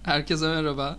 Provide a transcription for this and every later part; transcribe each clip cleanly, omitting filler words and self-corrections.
Herkese merhaba.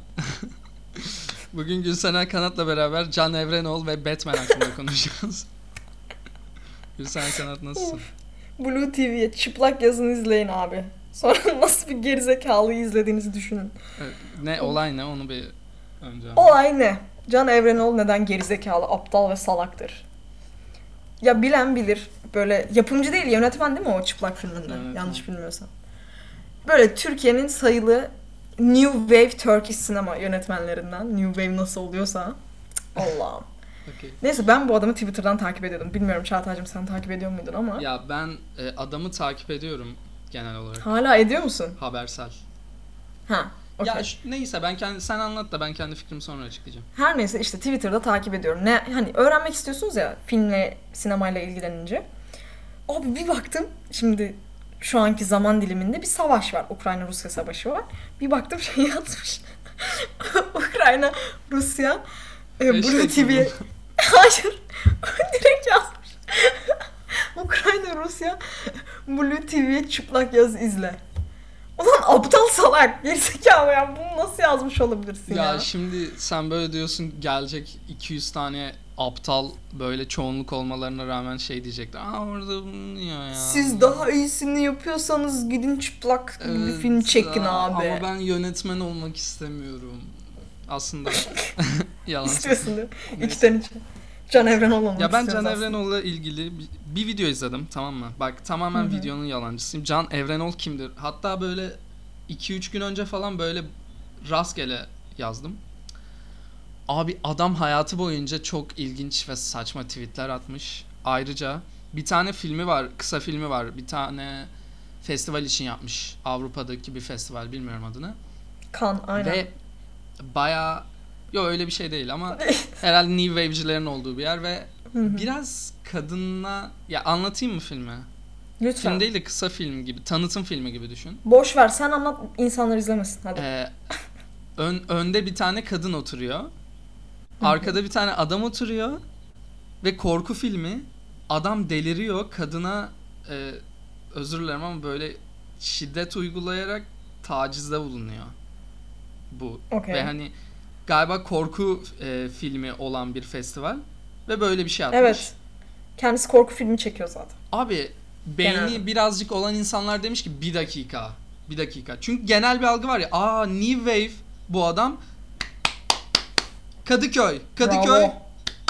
Bugün Gülseren Kanat'la beraber Can Evrenoğlu ve Batman hakkında konuşacağız. Gülseren Kanat nasılsın? Blue TV'ye çıplak yazın izleyin abi. Sonra nasıl bir gerizekalıyı izlediğinizi düşünün. Ne olay ne onu bir önce anlat. Olay ne? Can Evrenoğlu neden gerizekalı, aptal ve salaktır? Ya bilen bilir. Böyle yapımcı değil, yönetmen değil mi o çıplak filminde? Evet, Yanlış bilmiyorsam. Böyle Türkiye'nin sayılı New Wave Turkish sinema yönetmenlerinden. New Wave nasıl oluyorsa. Allah'ım. okey. Neyse ben bu adamı Twitter'dan takip ediyordum. Bilmiyorum Çağatay'cığım sen takip ediyor muydun ama. Ya ben adamı takip ediyorum genel olarak. Hala ediyor musun? Habersel. Ha. Ya Okay. neyse sen anlat da ben kendi fikrimi sonra açıklayacağım. Her neyse işte Twitter'da takip ediyorum. Ne hani öğrenmek istiyorsunuz ya filmle, sinemayla ilgilenince. Abi bir baktım şimdi şu anki zaman diliminde bir savaş var. Ukrayna-Rusya savaşı var. Bir baktım şey yazmış. Ukrayna, Rusya, Blue Hashtag mi TV. Hayır. Direkt yazmış. Ukrayna, Rusya, Blue TV'ye çıplak yaz izle. Ulan aptal salak. Gerizekalı ya. Bunu nasıl yazmış olabilirsin Ya ya? şimdi sen böyle diyorsun gelecek 200 tane aptal böyle çoğunluk olmalarına rağmen şey diyecekler. Aa orada bulunuyor ya. Siz daha iyisini yapıyorsanız gidin çıplak bir film çekin abi. Ama ben yönetmen olmak istemiyorum. Aslında yalan İstiyorsun söylüyorum. değil mi? Neyse. İçten içe. Can Evren olmamak Ya ben istiyoruz Can aslında. Evrenoğlu'la ilgili bir video izledim, tamam mı? Bak Hı tamamen hı. videonun yalancısıyım. Can Evrenol kimdir? Hatta böyle 2-3 gün önce falan böyle rastgele yazdım. Abi adam hayatı boyunca çok ilginç ve saçma tweetler atmış. Ayrıca bir tane filmi var, kısa filmi var. Bir tane festival için yapmış. Avrupa'daki bir festival, bilmiyorum adını. Kan aynen. Ve bayağı, yok öyle bir şey değil ama herhalde New Wave'cilerin olduğu bir yer ve Hı hı. biraz kadınla, ya anlatayım mı filmi? Film Lütfen. değil de kısa film gibi, tanıtım filmi gibi düşün. Boş ver sen anlat insanlar izlemesin hadi. Ee, önde bir tane kadın oturuyor. Hı hı. Arkada bir tane adam oturuyor. Ve korku filmi, adam deliriyor. Kadına özür dilerim ama böyle şiddet uygulayarak tacizde bulunuyor. Bu. Ve Okey. hani galiba korku filmi olan bir festival. Ve böyle bir şey atmış. Evet. Kendisi korku filmi çekiyor zaten. Abi Genelde. beyni birazcık olan insanlar demiş ki bir dakika. Bir dakika. Çünkü genel bir algı var ya. Aa New Wave bu adam. Kadıköy. Kadıköy. Bravo.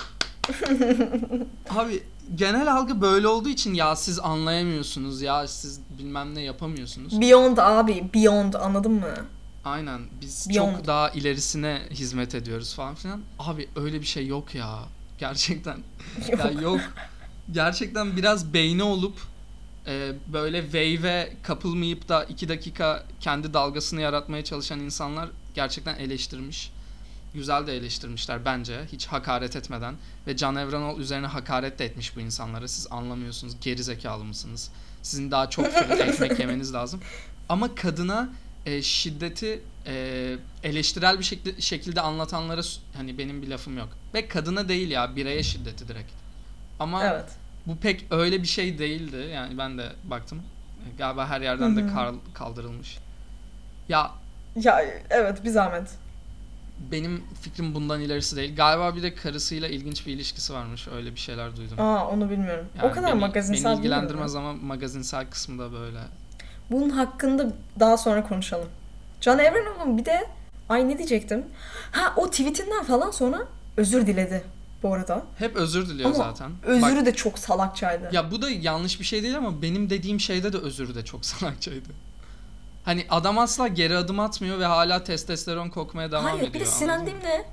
Abi genel algı böyle olduğu için ya siz anlayamıyorsunuz ya siz bilmem ne yapamıyorsunuz. Beyond abi. Beyond anladın mı? Aynen biz Beyond. çok daha ilerisine hizmet ediyoruz falan filan. Abi öyle bir şey yok ya. Gerçekten. Ya Yok. yok. Gerçekten biraz beyni olup böyle wave'e kapılmayıp da 2 dakika kendi dalgasını yaratmaya çalışan insanlar gerçekten eleştirmiş. Güzel de eleştirmişler bence. Hiç hakaret etmeden. Ve Can Evrenol üzerine hakaret de etmiş bu insanlara. Siz anlamıyorsunuz. Geri zekalı mısınız? Sizin daha çok fırın ekmek yemeniz lazım. Ama kadına şiddeti eleştirel bir şekilde anlatanlara hani benim bir lafım yok. Ve kadına değil ya, bireye şiddeti direkt. Ama Evet. bu pek öyle bir şey değildi. Yani ben de baktım. Galiba her Hı yerden de hı. kaldırılmış. Ya Ya evet bir zahmet. benim fikrim bundan ilerisi değil. Galiba bir de karısıyla ilginç bir ilişkisi varmış. Öyle bir şeyler duydum. Aa onu bilmiyorum. O Yani kadar beni magazinsel değilim ben. ilgilendirmez ama magazinsel kısmında böyle. Bunun hakkında daha sonra konuşalım. Can Evrenol'un bir de ay ne diyecektim? Ha o tweetinden falan sonra özür diledi bu arada. Hep özür diliyor Ama zaten. özürü Bak de çok salakçaydı. ya bu da yanlış bir şey değil ama benim dediğim şeyde de özürü de çok salakçaydı. Hani adam asla geri adım atmıyor ve hala testosteron kokmaya devam Hayır ediyor. bir de Anladın mı? sinirlendiğim ne?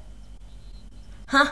Ha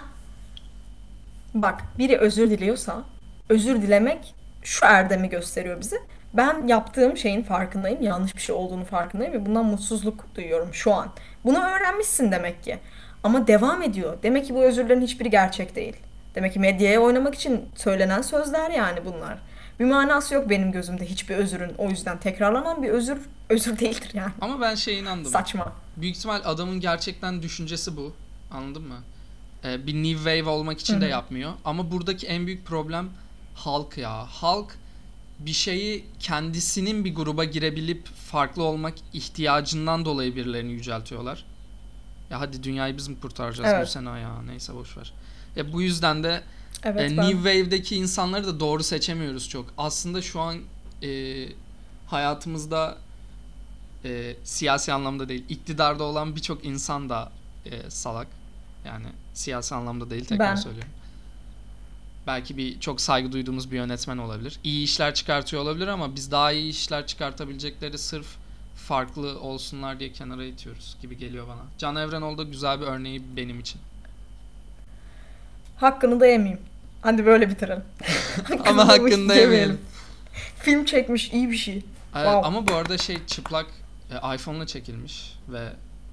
bak biri özür diliyorsa özür dilemek şu erdemi gösteriyor bize. Ben yaptığım şeyin farkındayım. Yanlış bir şey olduğunu farkındayım ve bundan mutsuzluk duyuyorum şu an. Bunu öğrenmişsin demek ki. Ama devam ediyor. Demek ki bu özürlerin hiçbiri gerçek değil. Demek ki medyaya oynamak için söylenen sözler yani bunlar. Bir manası yok benim gözümde hiçbir özürün. O yüzden tekrarlanan bir özür değildir yani. Ama ben şeye inandım. Saçma. Büyük ihtimal adamın gerçekten düşüncesi bu. Anladın mı? Bir new wave olmak Hı için de hı. yapmıyor. Ama buradaki en büyük problem halk ya. Halk bir şeyi kendisinin bir gruba girebilip farklı olmak ihtiyacından dolayı birilerini yüceltiyorlar. Ya hadi dünyayı biz mi kurtaracağız bu Evet. sene ya, neyse boş ver. Bu yüzden de Evet New ben. Wave'deki insanları da doğru seçemiyoruz çok. Aslında şu an hayatımızda siyasi anlamda değil, iktidarda olan birçok insan da salak. Yani siyasi anlamda değil, tekrar Ben. söylüyorum. Belki çok saygı duyduğumuz bir yönetmen olabilir. İyi işler çıkartıyor olabilir ama biz daha iyi işler çıkartabilecekleri sırf farklı olsunlar diye kenara itiyoruz gibi geliyor bana. Can Evrenoğlu da güzel bir örneği benim için. Hakkını da yemeyeyim. Hadi böyle bitirelim. Ama hakkını da yemeyelim. Film çekmiş, iyi bir şey. Evet, Wow. ama bu arada çıplak iPhone'la çekilmiş ve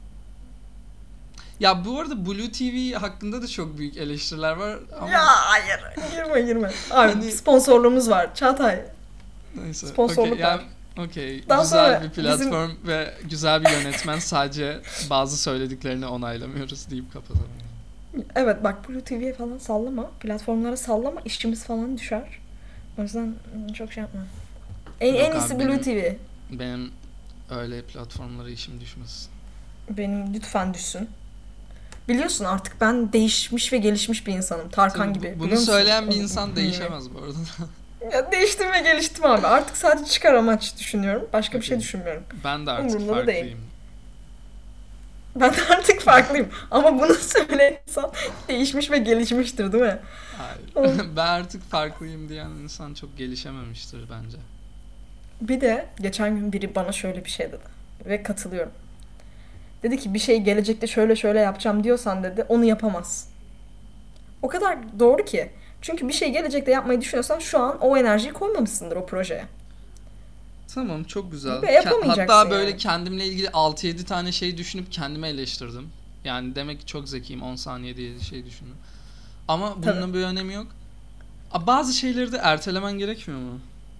ya bu arada Blue TV hakkında da çok büyük eleştiriler var ama Ya hayır. Girme. Abi Hani- sponsorluğumuz var. Çağatay. neyse. Sponsorluk Okey, yani, var. okey. Daha Güzel sonra bir platform ve güzel bir yönetmen, sadece bazı söylediklerini onaylamıyoruz deyip kapatalım. Evet bak Blue TV'ye falan sallama. Platformlara sallama. İşçimiz falan düşer. O yüzden çok şey yapma. En Yok iyisi abi, Blue TV. Benim öyle platformlara işim düşmez. Benim lütfen düşsün. Biliyorsun artık ben değişmiş ve gelişmiş bir insanım. Tarkan Tabii gibi. bunu biliyor musun? söyleyen bir O- insan değişemez bu arada. Ya değiştim ve geliştim abi. Artık sadece çıkar amaç düşünüyorum. Başka bir şey Okey. düşünmüyorum. Ben de artık Umurumda da değil. farklıyım. Ben de artık farklıyım. Ama bunu söyleyen insan değişmiş ve gelişmiştir değil mi? Hayır. Ben artık farklıyım diyen insan çok gelişememiştir bence. Bir de geçen gün biri bana şöyle bir şey dedi. Ve katılıyorum. Dedi ki bir şey gelecekte şöyle şöyle yapacağım diyorsan dedi onu yapamazsın. O kadar doğru ki. Çünkü bir şey gelecekte yapmayı düşünüyorsan şu an o enerjiyi koymamışsındır o projeye. Tamam, çok güzel. Ve yapamayacaksın Hatta böyle yani. kendimle ilgili 6-7 tane şey düşünüp kendime eleştirdim. Yani demek ki çok zekiyim, 10 saniyede 7 şey düşündüm. Ama bunun Tabii. bir önemi yok. Bazı şeyleri de ertelemen gerekmiyor mu?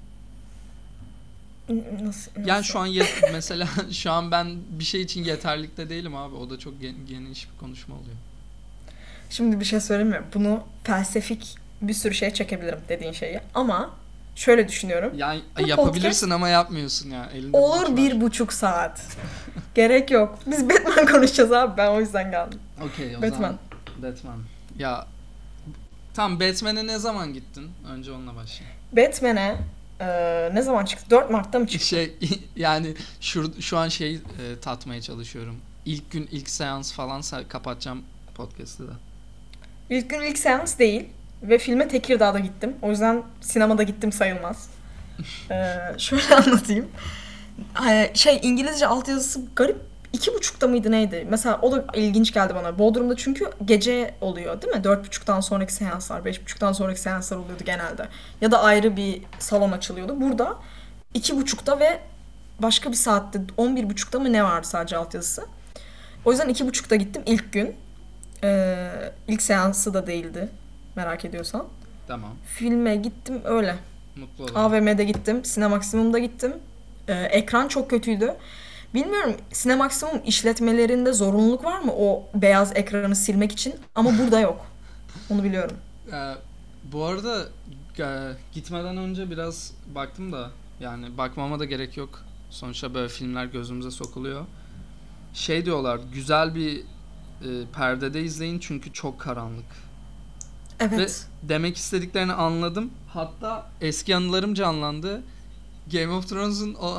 Nasıl? Yani şu an mesela şu an ben bir şey için yeterlikte değilim abi. O da çok geniş bir konuşma oluyor. Şimdi bir şey söylemiyorum. Bunu felsefik bir sürü şey çekebilirim dediğin şeyi. Ama şöyle düşünüyorum. Yani Bu yapabilirsin ama yapmıyorsun ya. Elinde Olur güç var. 1,5 saat. Gerek yok. Biz Batman konuşacağız abi. Ben o yüzden geldim. Okey, o Batman. zaman Batman. Ya tam Batman'e ne zaman gittin? Önce onunla başlayayım. Batman'e ne zaman çıktı? 4 Mart'ta mı çıktı? Yani şu an tatmaya çalışıyorum. İlk gün ilk seans falan kapatacağım podcast'ı da. İlk gün ilk seans değil. Ve filme Tekirdağ'da gittim. O yüzden sinemada gittim sayılmaz. Şöyle anlatayım. İngilizce altyazısı garip 2,5'ta mıydı neydi? Mesela o da ilginç geldi bana. Bodrum'da çünkü gece oluyor değil mi? 4,5'tan sonraki seanslar, 5,5'tan sonraki seanslar oluyordu genelde. Ya da ayrı bir salon açılıyordu. Burada 2,5'ta ve başka bir saatte 11,5'ta mı ne vardı sadece altyazısı. O yüzden 2,5'ta gittim ilk gün. İlk seansı da değildi merak ediyorsan. Tamam. Filme gittim öyle. Mutlu oldum. AVM'de gittim, Sinemaksimum'da gittim. Ekran çok kötüydü. Bilmiyorum Sinemaksimum işletmelerinde zorunluluk var mı o beyaz ekranı silmek için? Ama burada yok. Onu biliyorum. Bu arada gitmeden önce biraz baktım da, yani bakmama da gerek yok. Sonuçta böyle filmler gözümüze sokuluyor. Şey diyorlar, güzel bir perdede izleyin çünkü çok karanlık. Evet. Ve demek istediklerini anladım. Hatta eski anılarım canlandı. Game of Thrones'un o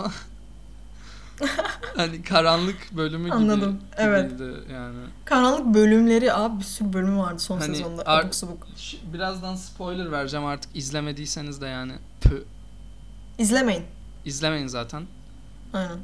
hani karanlık bölümü Anladım, evet. gibiydi yani. Karanlık bölümleri abi bir sürü bölümü vardı son Hani sezonda. Abuk subuk. Birazdan spoiler vereceğim, artık izlemediyseniz de yani tüh, İzlemeyin. izlemeyin zaten. Aynen.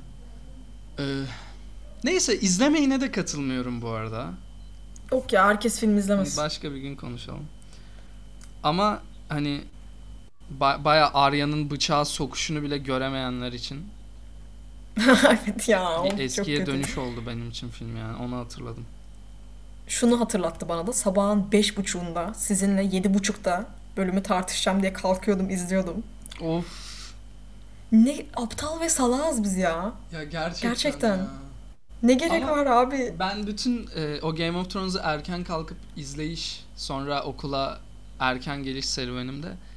Neyse, izlemeyine de katılmıyorum bu arada. Yok ya herkes film izlemez. Başka bir gün konuşalım. Ama hani bayağı Arya'nın bıçağı sokuşunu bile göremeyenler için Evet ya. O bir çok eskiye kötü. dönüş oldu benim için film, yani onu hatırladım. Şunu hatırlattı bana da sabahın 5.30'unda sizinle 7.30'da bölümü tartışacağım diye kalkıyordum izliyordum. Of Ne aptal ve salağız biz ya. ya, Gerçekten. ya. Ne gerek Ama var abi? Ben bütün o Game of Thrones'u erken kalkıp izleyiş, sonra okula erken geliş serüvenimde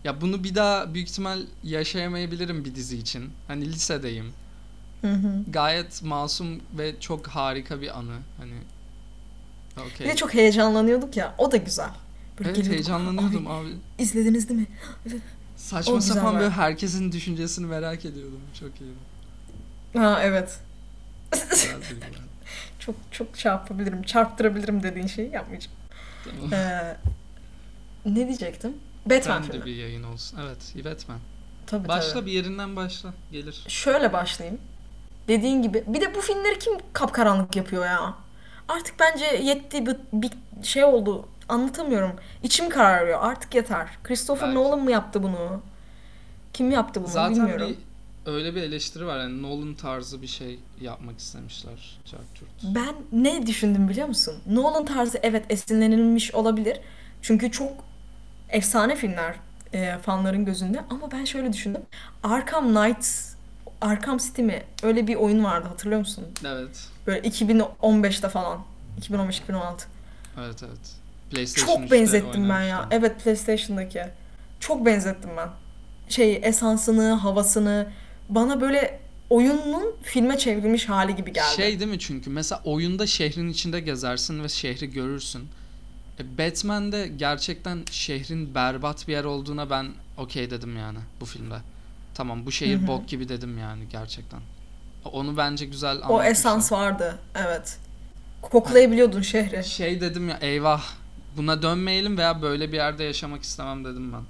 Ya bunu bir daha büyük ihtimal yaşayamayabilirim bir dizi için. Hani lisedeyim. Hı hı. Gayet masum ve çok harika bir anı. Hani Bir de okey. çok heyecanlanıyorduk ya. O da güzel. Böyle Evet, geliyorduk. Abi heyecanlanıyordum abi. izlediniz değil mi? Saçma O güzel sapan böyle baya. herkesin düşüncesini merak ediyordum. Çok iyiydi. Ha evet. Güzel duygular. Çok çok şey yapabilirim. Çarptırabilirim dediğin şeyi yapmayacağım. Tamam. Ee, ne diyecektim? Batman Trendli filmi. bir yayın olsun. Evet, Batman. Tabii tabii. Başla bir yerinden başla. Gelir. Şöyle başlayayım. Dediğin gibi. Bir de bu filmleri kim kapkaranlık yapıyor ya? Artık bence yetti bir şey oldu. Anlatamıyorum. İçim kararıyor. Artık yeter. Christopher Belki. Nolan mı yaptı bunu? Kim yaptı bunu Zaten bilmiyorum. bir öyle bir eleştiri var. Yani Nolan tarzı bir şey yapmak istemişler. Çark çurt. Ben ne düşündüm biliyor musun? Nolan tarzı evet esinlenilmiş olabilir. Çünkü çok efsane filmler fanların gözünde. Ama ben şöyle düşündüm. Arkham Knight, Arkham City mi? Öyle bir oyun vardı hatırlıyor musun? Evet. Böyle 2015'te falan. 2015-2016. Evet. PlayStation Çok 3'te benzettim ben ya. oynamıştım. Evet PlayStation'daki. Çok benzettim ben. Esansını, havasını bana böyle oyunun filme çevrilmiş hali gibi geldi. Şey değil mi çünkü mesela oyunda şehrin içinde gezersin ve şehri görürsün. Batman'de gerçekten şehrin berbat bir yer olduğuna ben okey dedim yani bu filmde. Tamam bu Hı şehir hı. bok gibi dedim yani gerçekten. Onu bence güzel O anlatmışlar. esans vardı. Evet. Hani Koklayabiliyordun şehri. şey dedim ya eyvah buna dönmeyelim veya böyle bir yerde yaşamak istemem dedim ben.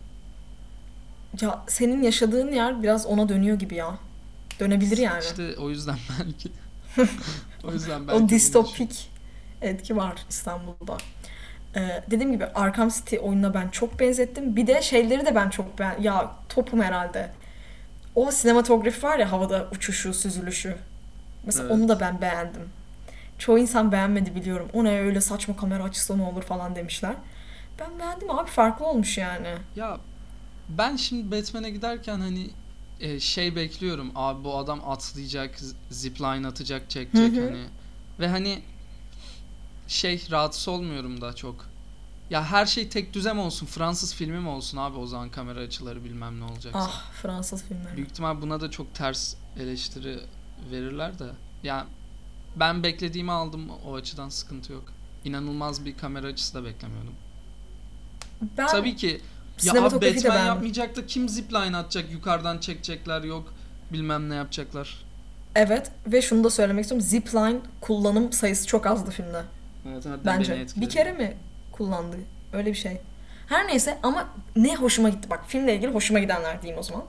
Ya senin yaşadığın yer biraz ona dönüyor gibi ya. Dönebilir yani. İşte o yüzden belki o yüzden O belki bunu düşün. distopik etki var İstanbul'da. Dediğim gibi Arkham City oyununa ben çok benzettim. Bir de şeyleri de ben çok ya topum herhalde. O sinematografi var ya havada uçuşu, süzülüşü. Mesela onu da Evet. ben beğendim. Çoğu insan beğenmedi biliyorum. O ne öyle saçma kamera açısı ne olur falan demişler. Ben beğendim abi farklı olmuş yani. Ya ben şimdi Batman'e giderken hani şey bekliyorum. Abi bu adam atlayacak, zipline atacak, Hı çekecek hı. hani. Ve hani şey rahatsız olmuyorum da çok. Ya her şey tek düzem olsun. Fransız filmi mi olsun abi o zaman kamera açıları bilmem ne olacaksa. Ah Fransız filmleri. Büyük ihtimal buna da çok ters eleştiri verirler de. Ya ben beklediğimi aldım o açıdan sıkıntı yok. İnanılmaz bir kamera açısı da beklemiyordum. Ben Tabii ki ya abi sinematografiyi de Batman beğendim. yapmayacak da kim zipline atacak yukarıdan çekecekler yok bilmem ne yapacaklar. Evet ve şunu da söylemek istiyorum. Zipline kullanım sayısı çok azdı filmde. Evet harbiden beni Bence. Bir etkiledi. kere mi kullandı? Öyle bir şey. Her neyse ama ne hoşuma gitti. Bak filmle ilgili hoşuma gidenler diyeyim o zaman.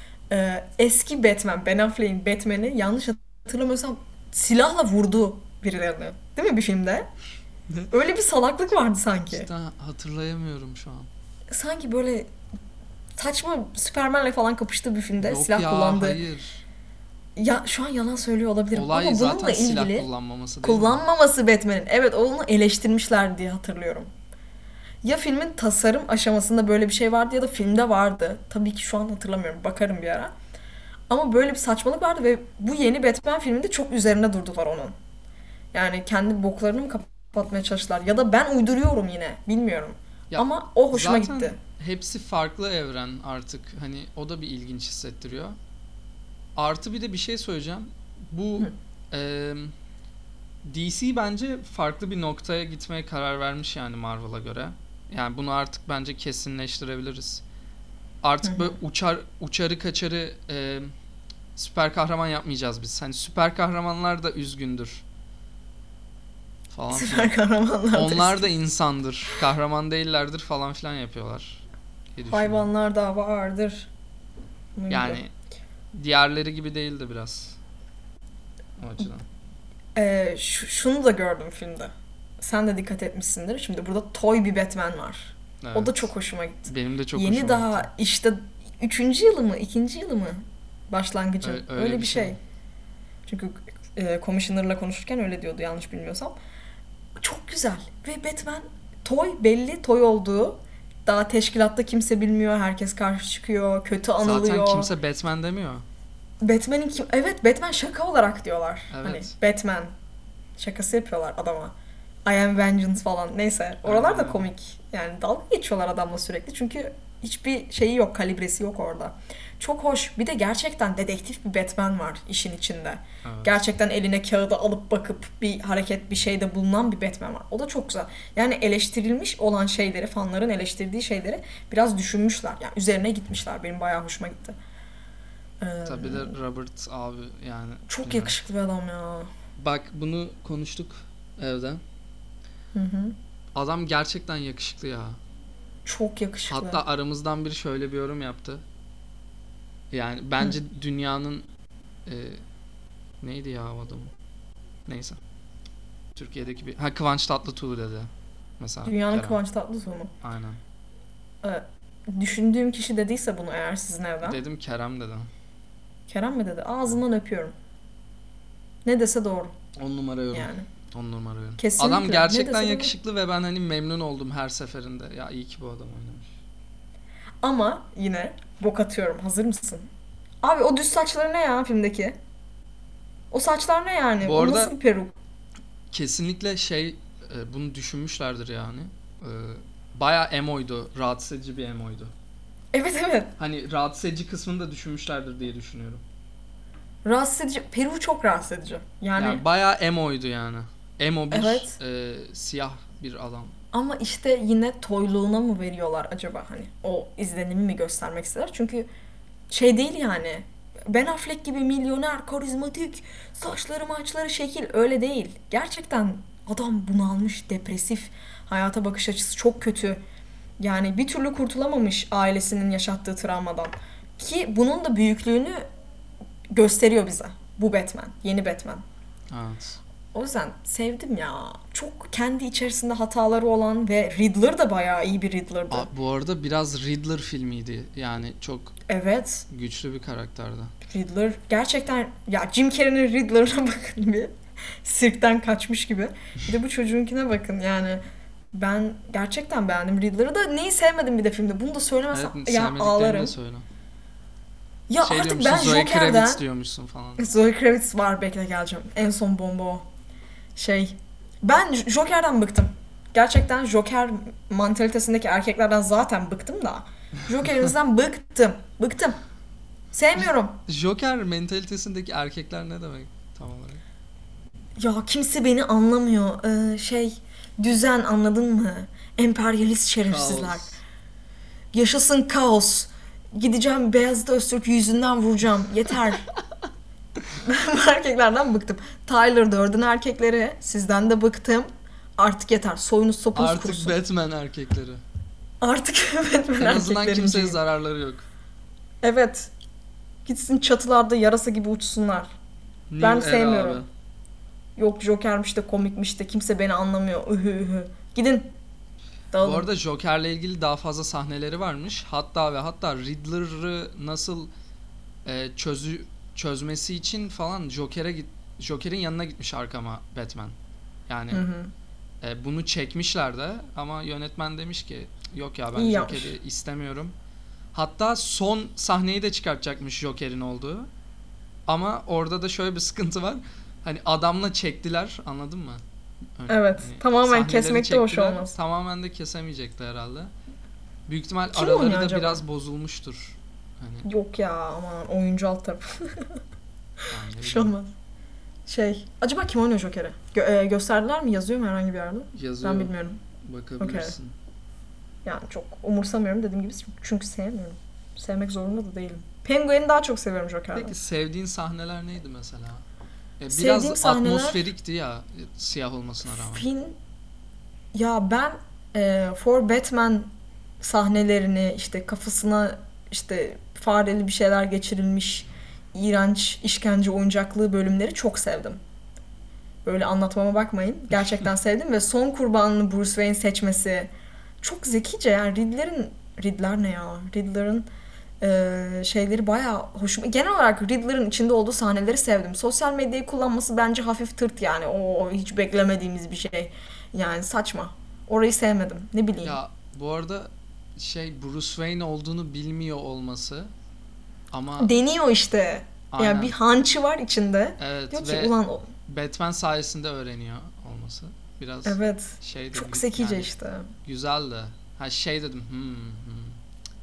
Eski Batman, Ben Affleck'in Batman'i yanlış hatırlamıyorsam silahla vurdu birilerini. Değil mi bir filmde? Ne? Öyle bir salaklık vardı sanki. Cidden hatırlayamıyorum şu an. Sanki böyle saçma Superman'le falan kapıştığı bir filmde Yok silah ya kullandı. hayır. Ya şu an yalan söylüyor olabilirim Olay ama zaten bununla silah ilgili kullanmaması değil mi? kullanmaması Batman'in. Evet onu eleştirmişler diye hatırlıyorum. Ya filmin tasarım aşamasında böyle bir şey vardı ya da filmde vardı. Tabii ki şu an hatırlamıyorum. Bakarım bir ara. Ama böyle bir saçmalık vardı ve bu yeni Batman filminde çok üzerine durdular onun. Yani kendi boklarını mı kapatmaya çalıştılar ya da ben uyduruyorum yine bilmiyorum. Ya Ama o hoşuma zaten gitti. hepsi farklı evren artık. Hani o da bir ilginç hissettiriyor. Artı bir de bir şey söyleyeceğim. Bu Hı. eee, DC bence farklı bir noktaya gitmeye karar vermiş yani Marvel'a göre. Yani bunu artık bence kesinleştirebiliriz. Hı Artık böyle hı. uçarı kaçarı süper kahraman yapmayacağız biz. Hani süper kahramanlar da üzgündür falan filan. Süper kahramanlar da Onlar da istedim. insandır. Kahraman değillerdir falan filan yapıyorlar diye düşünüyorum. Hayvanlar da vardır. Bunun gibi. Yani diğerleri gibi değildi biraz o açıdan. Şunu da gördüm filmde. Sen de dikkat etmişsindir. Şimdi burada toy bir Batman var. O da çok Evet. hoşuma gitti. Benim de çok Yeni hoşuma gitti. daha işte üçüncü yılı mı, ikinci yılı mı başlangıcın. Öyle Öyle bir bir şey. şey. Çünkü Commissioner'la konuşurken öyle diyordu yanlış bilmiyorsam. Çok güzel. Ve Batman toy belli toy olduğu. Daha teşkilatta kimse bilmiyor. Herkes karşı çıkıyor. Kötü Zaten anılıyor. kimse Batman demiyor. Batman'in kim? Evet Batman şaka olarak diyorlar. Hani Evet. Batman şakası yapıyorlar adama. I am vengeance falan. Neyse. Oralar Aynen da öyle. komik. Yani dalga geçiyorlar adamla sürekli. Çünkü Hiçbir şeyi yok, kalibresi yok orada. Çok hoş. Bir de gerçekten dedektif bir Batman var işin içinde. Evet. Gerçekten eline kağıda alıp bakıp bir hareket, bir şeyde bulunan bir Batman var. O da çok güzel. Yani eleştirilmiş olan şeyleri, fanların eleştirdiği şeyleri biraz düşünmüşler. Yani üzerine gitmişler. Benim bayağı hoşuma gitti. Ee, Tabii de Robert abi yani Çok bilmiyorum. yakışıklı bir adam ya. Bak bunu konuştuk evde. Hı hı. Adam gerçekten yakışıklı ya. Çok yakışıklı. Hatta aramızdan biri şöyle bir yorum yaptı. Yani Hı. bence dünyanın e, neydi ya o adam? Neyse. Türkiye'deki bir... Ha, Kıvanç Tatlıtuğ dedi. Mesela Dünyanın Kerem. Kıvanç Tatlıtuğ mu? Aynen. Ee, Düşündüğüm kişi dediyse bunu eğer sizin evden. Dedim Kerem dedi. Kerem mi dedi? Ağzından öpüyorum. Ne dese doğru 10 numara yorum. yani. 10 numara yorum. Kesinlikle. Adam Ne gerçekten dese doğru. yakışıklı ve ben hani memnun oldum her seferinde. Ya iyi ki bu adam oynamış. Ama yine bok atıyorum. Hazır mısın? Abi o düz saçları ne ya filmdeki? O saçlar ne yani? Bu O arada nasıl bir peruk? kesinlikle bunu düşünmüşlerdir yani. Bayağı emoydu. Rahatsız edici bir emoydu. Evet evet. Hani rahatsız edici kısmını da düşünmüşlerdir diye düşünüyorum. Rahatsız edici. Peruğu çok rahatsız edici. Yani Yani bayağı emoydu yani. Emo bir evet. siyah bir adam. Ama işte yine toyluğuna mı veriyorlar acaba hani? O izlenimi mi göstermek ister? Çünkü şey değil yani. Ben Affleck gibi milyoner, karizmatik, saçları maçları şekil öyle değil. Gerçekten adam bunalmış, depresif, hayata bakış açısı çok kötü. Yani bir türlü kurtulamamış ailesinin yaşattığı travmadan. Ki bunun da büyüklüğünü gösteriyor bize. Bu Batman, yeni Batman. Evet. O yüzden sevdim ya. Çok kendi içerisinde hataları olan ve Riddler da bayağı iyi bir Riddler'dı. Bu arada biraz Riddler filmiydi. Yani çok Evet, güçlü bir karakterdi. Riddler gerçekten ya Jim Carrey'nin Riddler'ına bakın bir. Sirkten kaçmış gibi. Bir de bu çocuğunkine bakın yani. Ben gerçekten beğendim Riddler'ı da neyi sevmedim bir de filmde. Bunu da söylemesem Evet, ya sevmediklerini de ağlarım. söyle. Ya Şey artık diyormuşsun, ben Zoe Joker'den Kravitz diyormuşsun falan. Zoe Kravitz var bekle geleceğim. En son bomba o. Şey ben Joker'den bıktım. Gerçekten Joker mantalitesindeki erkeklerden zaten bıktım da. Joker'inizden bıktım. Bıktım. Sevmiyorum. Joker mentalitesindeki erkekler ne demek tam olarak? Ya kimse beni anlamıyor. Düzen anladın mı? Emperyalist şerefsizler. Kaos. Yaşasın kaos. Gideceğim Beyazıt Öztürk yüzünden vuracağım. Yeter. Ben bu erkeklerden bıktım. Tyler Durden erkekleri sizden de bıktım. Artık yeter. Soyunuz sopunuz Artık kurusun. Batman erkekleri. Artık Batman En azından kimseye erkeklerinciyim. zararları yok. Evet. Gitsin çatılarda yarasa gibi uçsunlar. Ben New era sevmiyorum. abi. Yok Joker'miş de komikmiş de kimse beni anlamıyor. Ühü ühü. Gidin. Bu Dağılın. arada Joker'le ilgili daha fazla sahneleri varmış. Hatta Riddler'ı nasıl çözmesi için falan Joker'in yanına gitmiş arkama Batman. Yani Hı hı. bunu çekmişler de ama yönetmen demiş ki yok ya ben İyi yapmış. Joker'i istemiyorum. Hatta son sahneyi de çıkartacakmış Joker'in olduğu. Ama orada da şöyle bir sıkıntı var. Hani adamla çektiler, anladın mı? Evet. Hani Tamamen sahneleri kesmek de hoş çektiler, olmaz. tamamen de kesemeyecekti herhalde. Büyük ihtimal Kim araları oynuyor da acaba? biraz bozulmuştur. Hani Yok ya aman oyuncu alt tarafı. yani ne Bir şey bileyim, olmaz. Acaba kim oynuyor Joker'i? Gösterdiler mi? Yazıyor mu herhangi bir yerde? yazıyor, Ben bilmiyorum. bakabilirsin. Yani çok umursamıyorum dediğim gibi çünkü sevmiyorum. Sevmek zorunda da değilim. Penguin'i daha çok seviyorum Joker'den. Peki sevdiğin sahneler neydi mesela? Sevdiğim Biraz sahneler atmosferikti ya siyah olmasına rağmen. film ya ben For Batman sahnelerini işte kafasına işte fareli bir şeyler geçirilmiş iğrenç işkence oyuncaklığı bölümleri çok sevdim. Böyle anlatmama bakmayın. Gerçekten sevdim ve son kurbanını Bruce Wayne seçmesi çok zekice yani Riddler ne ya? Riddler'ın şeyleri bayağı hoşuma. Genel olarak Riddler'ın içinde olduğu sahneleri sevdim. Sosyal medyayı kullanması bence hafif tırt yani. O hiç beklemediğimiz bir şey. Yani saçma. Orayı sevmedim. Ne bileyim. Ya bu arada Bruce Wayne olduğunu bilmiyor olması ama Deniyor işte. Yani bir aynen, hunch'ı var içinde. evet, Diyor ki ve ulan Batman sayesinde öğreniyor olması biraz evet. şeydi Çok zekice yani işte. güzeldi. Ha dedim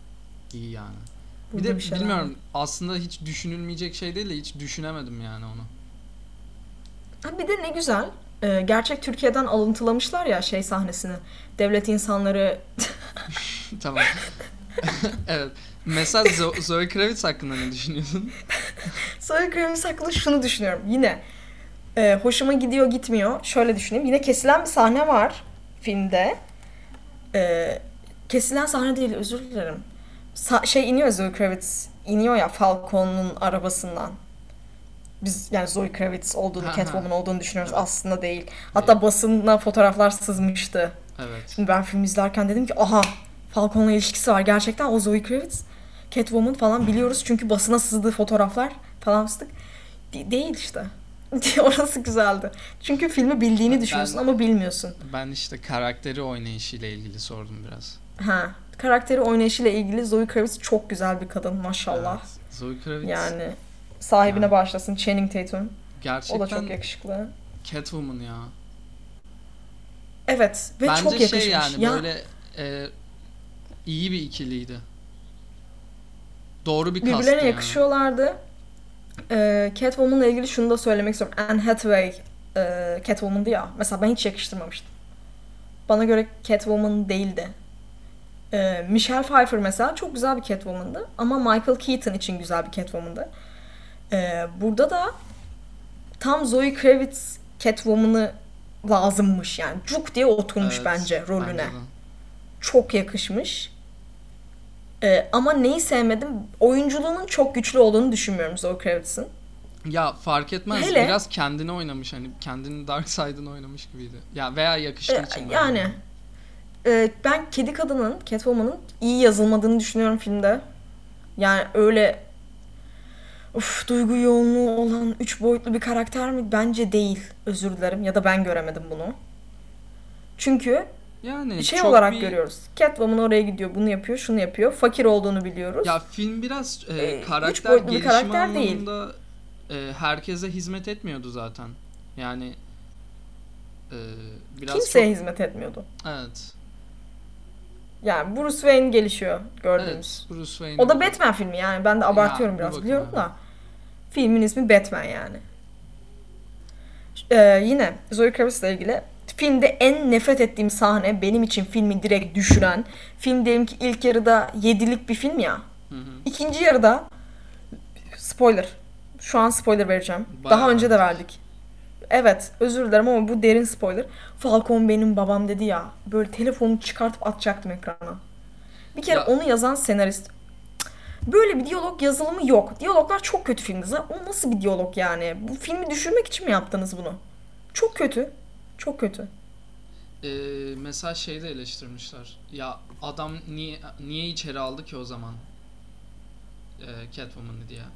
iyi yani. Bir Burada de bir şeyler var. bilmiyorum, aslında hiç düşünülmeyecek şey değil de hiç düşünemedim yani onu. Ha, bir de ne güzel. Gerçek Türkiye'den alıntılamışlar ya şey sahnesini. Devlet insanları Tamam. Evet. Mesela Zoe Kravitz hakkında ne düşünüyorsun? Zoe Kravitz hakkında şunu düşünüyorum. Yine hoşuma gidiyor gitmiyor. Şöyle düşüneyim. Yine kesilen bir sahne var filmde. E, Kesilen sahne değil, özür dilerim. Şey iniyor ya, Zoe Kravitz iniyor ya Falcon'un arabasından. Biz yani Zoe Kravitz olduğunu, Ha ha. Catwoman olduğunu düşünüyoruz. Evet. Aslında değil. Değil. Hatta basına fotoğraflar sızmıştı. Evet. Şimdi ben film izlerken dedim ki aha, Falcon'la ilişkisi var. Gerçekten o Zoe Kravitz. Catwoman falan biliyoruz çünkü basına sızdığı fotoğraflar falan fıstık. Değil işte. Orası güzeldi. Çünkü filmi bildiğini düşünüyorsun Ben ama bilmiyorsun. ben işte karakteri oynayışıyla ilgili sordum biraz. Ha, karakteri oynayışıyla ilgili Zoe Kravitz çok güzel bir kadın maşallah. Evet. Zoe Kravitz Yani sahibine yani bağışlasın, Channing Tatum. O da çok gerçekten yakışıklı. Catwoman ya. Evet ve Bence çok şey yakışmış. yani Ya böyle e, iyi bir ikiliydi. Doğru bir birbirlerine kastı yani. yakışıyorlardı. Catwoman'la ilgili şunu da söylemek istiyorum. Anne Hathaway Catwoman'dı ya. Mesela ben hiç yakıştırmamıştım. Bana göre Catwoman değildi. Michelle Pfeiffer mesela çok güzel bir Catwoman'dı. Ama Michael Keaton için güzel bir Catwoman'dı. Burada da tam Zoe Kravitz Catwoman'ı lazımmış yani. Cuk diye oturmuş Evet, bence bence rolüne. de. Çok yakışmış. Ama neyi sevmedim? Oyunculuğunun çok güçlü olduğunu düşünmüyorum Zoe Kravitz'in. Ya fark etmez. Hele Biraz kendini oynamış, hani kendinin Dark Side'ını oynamış gibiydi. Ya veya yakıştığı için böyle yani oldu. ben kedi kadının, Catwoman'ın iyi yazılmadığını düşünüyorum filmde. Yani öyle duygu yoğunluğu olan üç boyutlu bir karakter mi? Bence değil. Özür dilerim. Ya da ben göremedim bunu. Çünkü Yani şey çok olarak bir görüyoruz. Catwoman oraya gidiyor, bunu yapıyor, şunu yapıyor. Fakir olduğunu ya biliyoruz. film biraz Üç karakter boyutlu bir gelişimi karakter değil. anlamında herkese hizmet etmiyordu zaten. Yani e, biraz Kimseye çok hizmet etmiyordu. evet. Yani Bruce Wayne gelişiyor Evet, gördüğümüz. Bruce O da Wayne'in Batman filmi yani. Ben de ya abartıyorum bir biraz bakıma biliyorum evet. da. Filmin ismi Batman yani. Yine Zoe Kravitz'le ilgili filmde en nefret ettiğim sahne benim için filmi direkt düşüren. Film diyelim ki ilk yarıda 7'lik bir film ya. Hı hı. İkinci yarıda spoiler. Şu an spoiler vereceğim. Daha Bayağı önce de verdik. verdik. Evet, özür dilerim ama bu derin spoiler. Falcon benim babam dedi ya. Böyle telefonu çıkartıp atacaktım ekrana. Bir kere Ya onu yazan senarist böyle bir diyalog yazılımı yok. Diyaloglar çok kötü filmde. Zaten o nasıl bir diyalog yani? Bu filmi düşürmek için mi yaptınız bunu? Çok kötü. Çok kötü. mesela şeyi de eleştirmişler. Ya adam niye içeri aldı ki o zaman Catwoman'ı diye.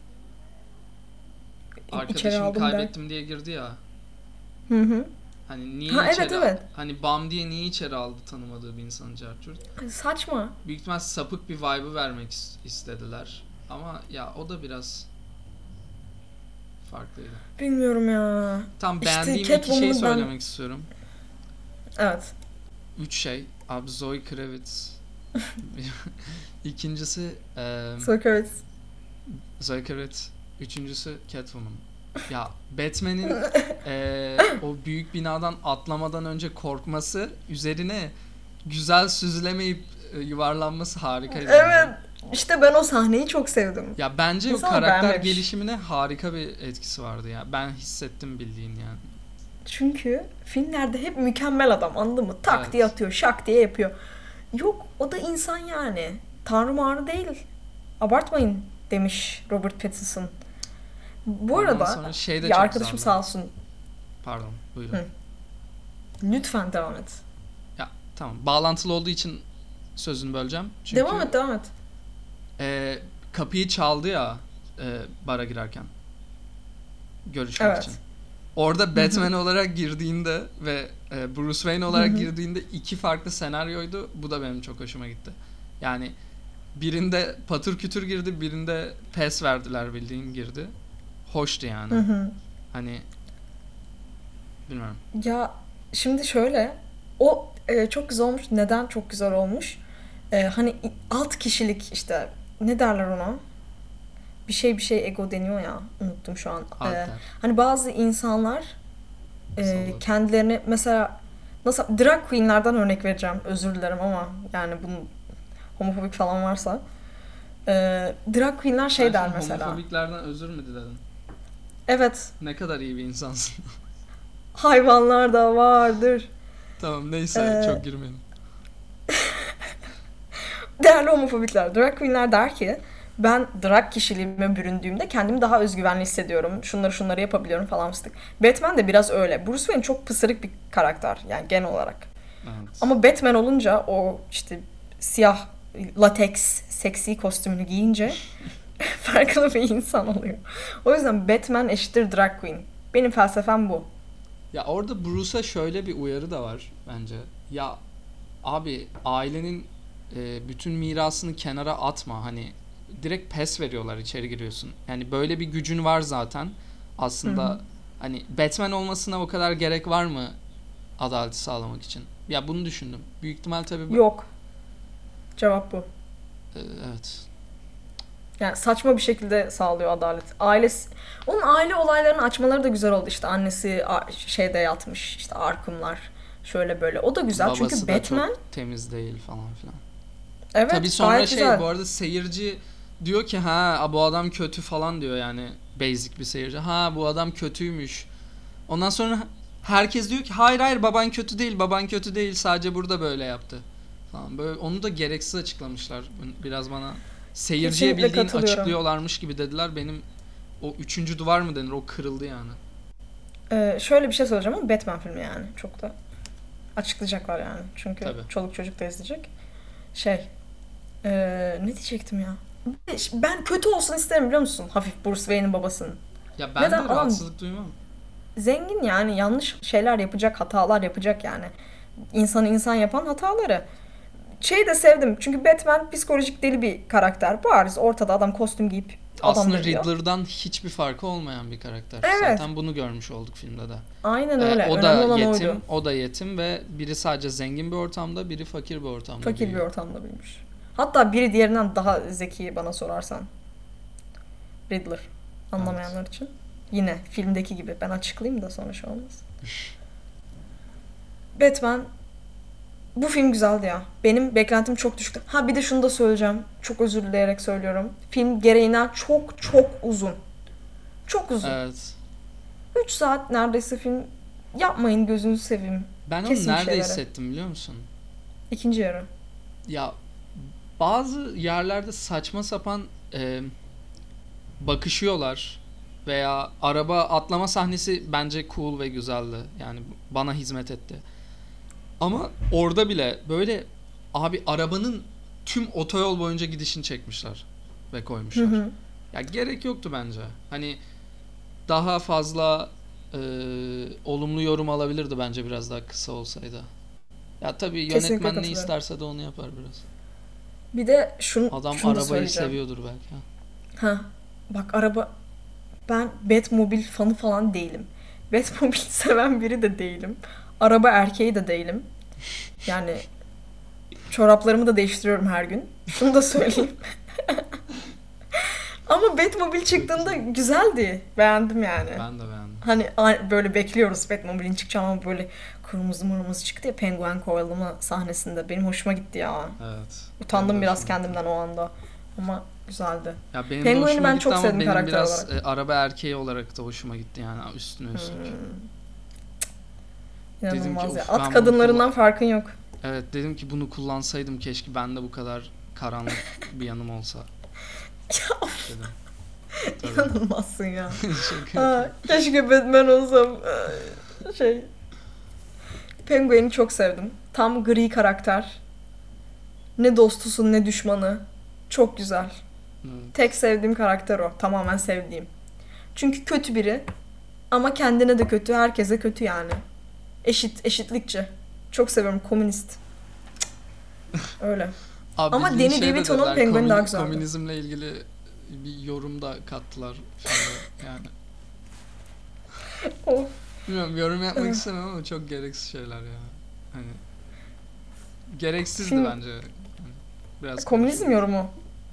İçeri Arkadaşımı aldım der. kaybettim diye girdi ya. Hı hı. Hani niye Ha evet içeri evet. hani Bam diye niye içeri aldı tanımadığı bir insanı Cartürt. Saçma. Büyük ihtimal sapık bir vibe'ı vermek istediler. Ama ya o da biraz farklıydı. Bilmiyorum ya. Tam İşte beğendiğim iki şey Catwoman'ı ben... söylemek istiyorum. Evet. Üç şey. Abi Zoe Kravitz. İkincisi Socrates. Zoe Kravitz. Üçüncüsü Catwoman. Ya Batman'in o büyük binadan atlamadan önce korkması, üzerine güzel süzülemeyip yuvarlanması harikaydı bence. Evet. İşte ben o sahneyi çok sevdim. Ya bence o İnsanlar karakter beğenmemiş. gelişimine harika bir etkisi vardı ya. Ben hissettim bildiğin yani. Çünkü filmlerde hep mükemmel adam anladın mı? Tak diye Evet. atıyor, şak diye yapıyor. Yok o da insan yani. Tanrı mağrı değil. Abartmayın demiş Robert Pattinson. Bu Ondan arada sonra şey de ya çok arkadaşım güzeldi. sağ olsun. Pardon, buyurun. Hı, lütfen devam et. Ya tamam. Bağlantılı olduğu için sözünü böleceğim. Devam Çünkü et devam et. kapıyı çaldı ya bara girerken görüşmek için. Evet. Orada Hı hı. Batman olarak girdiğinde ve Bruce Wayne Hı olarak hı. girdiğinde iki farklı senaryoydu. Bu da benim çok hoşuma gitti. Yani birinde patır kütür girdi, birinde pes verdiler bildiğin girdi. Hoştu yani. Hı hı. Hani bilmiyorum. Ya şimdi şöyle o çok güzel olmuş. Neden çok güzel olmuş? Hani alt kişilik işte ne derler ona? Bir şey ego deniyor ya. Unuttum şu an. Alter. Hani bazı insanlar Salladım. kendilerini mesela nasıl drag queenlerden örnek vereceğim. Özür dilerim ama yani bunun homofobik falan varsa. Drag queenler şey Sen der şimdi mesela. homofobiklerden özür mü diledin? Evet, Ne kadar iyi bir insansın. hayvanlar da vardır. Tamam neyse Ee, çok girmeyelim. Değerli homofobikler, drag queenler der ki ben drag kişiliğime büründüğümde kendimi daha özgüvenli hissediyorum. Şunları yapabiliyorum falan fıstık. Batman de biraz öyle. Bruce Wayne çok pısırık bir karakter yani genel olarak. Evet. Ama Batman olunca o işte siyah lateks seksi kostümünü giyince farklı bir insan oluyor. O yüzden Batman eşittir drag queen. Benim felsefem bu. Ya orada Bruce'a şöyle bir uyarı da var bence. Ya abi ailenin bütün mirasını kenara atma. Hani direkt pes veriyorlar içeri giriyorsun. Yani böyle bir gücün var zaten. Hı hı. Aslında hani Batman olmasına o kadar gerek var mı adaleti sağlamak için? Ya bunu düşündüm. Büyük ihtimal tabii Yok. Cevap bu. evet. Yani saçma bir şekilde sağlıyor adalet. Onun aile olaylarını açmaları da güzel oldu. İşte annesi şeyde yatmış, işte Arkham'lar şöyle böyle. O da güzel Babası çünkü da çok Batman temiz değil falan filan. evet Tabii sonra gayet şey güzel. bu arada seyirci diyor ki ha bu adam kötü falan diyor yani basic bir seyirci. Ha bu adam kötüymüş. Ondan sonra herkes diyor ki hayır baban kötü değil baban kötü değil sadece burada böyle yaptı falan. Böyle onu da gereksiz açıklamışlar. Biraz bana seyirciye Kesinlikle bildiğin katılıyorum. açıklıyorlarmış gibi dediler. Benim o üçüncü duvar mı denir o kırıldı yani. Şöyle bir şey söyleyeceğim ama Batman filmi yani. Çok da açıklayacaklar yani. Çünkü Tabii. çoluk çocuk da izleyecek. Şey, ne diyecektim ya? Ben kötü olsun isterim biliyor musun? Hafif Bruce Wayne'in babasının. Ya ben Neden? de Adam rahatsızlık duymam. zengin yani yanlış şeyler yapacak, hatalar yapacak yani. İnsanı insan yapan hataları. Şeyi de sevdim çünkü Batman psikolojik deli bir karakter. Bariz ortada adam kostüm giyip adam Aslında dövüyor. Riddler'dan hiçbir farkı olmayan bir karakter. Evet, Zaten bunu görmüş olduk filmde de. aynen öyle. O Önemli da olan yetim, oydu. o da yetim ve biri sadece zengin bir ortamda, biri fakir bir ortamda Fakir bir büyüyor. ortamda büyümüş. Hatta biri diğerinden daha zeki bana sorarsan. Riddler. Evet. Anlamayanlar için. Yine filmdeki gibi. Ben açıklayayım da sonra şey olmaz. Batman bu film güzeldi ya. Benim beklentim çok düştü. Ha bir de şunu da söyleyeceğim. Çok özür dileyerek söylüyorum. Film gereğinden çok çok uzun. Çok uzun. Evet. 3 saat neredeyse film. Yapmayın gözünüzü seveyim. Ben onu Kesin bir nerede şeyleri. hissettim biliyor musun? İkinci yarı. Ya bazı yerlerde saçma sapan bakışıyorlar veya araba atlama sahnesi bence cool ve güzeldi. Yani bana hizmet etti. Ama orada bile böyle abi arabanın tüm otoyol boyunca gidişini çekmişler ve Hı koymuşlar. hı. Ya gerek yoktu bence. Hani daha fazla olumlu yorum alabilirdi bence biraz daha kısa olsaydı. Ya tabii Kesinlikle yönetmen ne katılıyorum. isterse de onu yapar biraz. Bir de şunu, Adam şunu da arabayı söyleyeceğim. seviyordur belki. Ha, bak araba ben Batmobile fanı falan değilim. Batmobile seven biri de değilim. Araba erkeği de değilim. Yani çoraplarımı da değiştiriyorum her gün. Şunu da söyleyeyim. Ama Batmobile Çok çıktığında güzel. güzeldi. Beğendim yani. Ben de beğendim. Hani böyle bekliyoruz Batmobile'in çıkacağını ama böyle kırmızı çıktı ya penguen kovalama sahnesinde. Benim hoşuma gitti ya. Evet. Benim Utandım de biraz hoşuma gitti. kendimden o anda. Ama güzeldi. Ya benim de Penguin'i hoşuma ben gitti çok ama sevdim benim karakter biraz olarak. araba erkeği olarak da hoşuma gitti yani üstüne üstlük. Dedim ki İnanılmaz ya. of At ben bunu kadınlarından farkın yok. evet dedim ki bunu kullansaydım keşke ben de bu kadar karanlık bir yanım olsa dedim. Tabii. İnanılmazsın ya. Şaka Ha, yapıyorum. keşke Batman olsam. Şey. Penguin'i çok sevdim. Tam gri karakter. Ne dostusun ne düşmanı. Çok güzel. Evet. Tek sevdiğim karakter o. Tamamen sevdiğim. Çünkü kötü biri. Ama kendine de kötü, herkese kötü yani. Eşitlikçi. Çok seviyorum. Komünist. Öyle. Abi Ama bildiğin Danny şey de DeVito'nun dediler, Penguin'i daha güzeldi. komünizmle ilgili bir yorum da kattılar filmde yani. Of. Bilmiyorum yorum yapmak Evet. istemem ama çok gereksiz şeyler ya. Hani gereksizdi Film- bence. Hani biraz Komünizm konuşuldu. yorumu. Evet.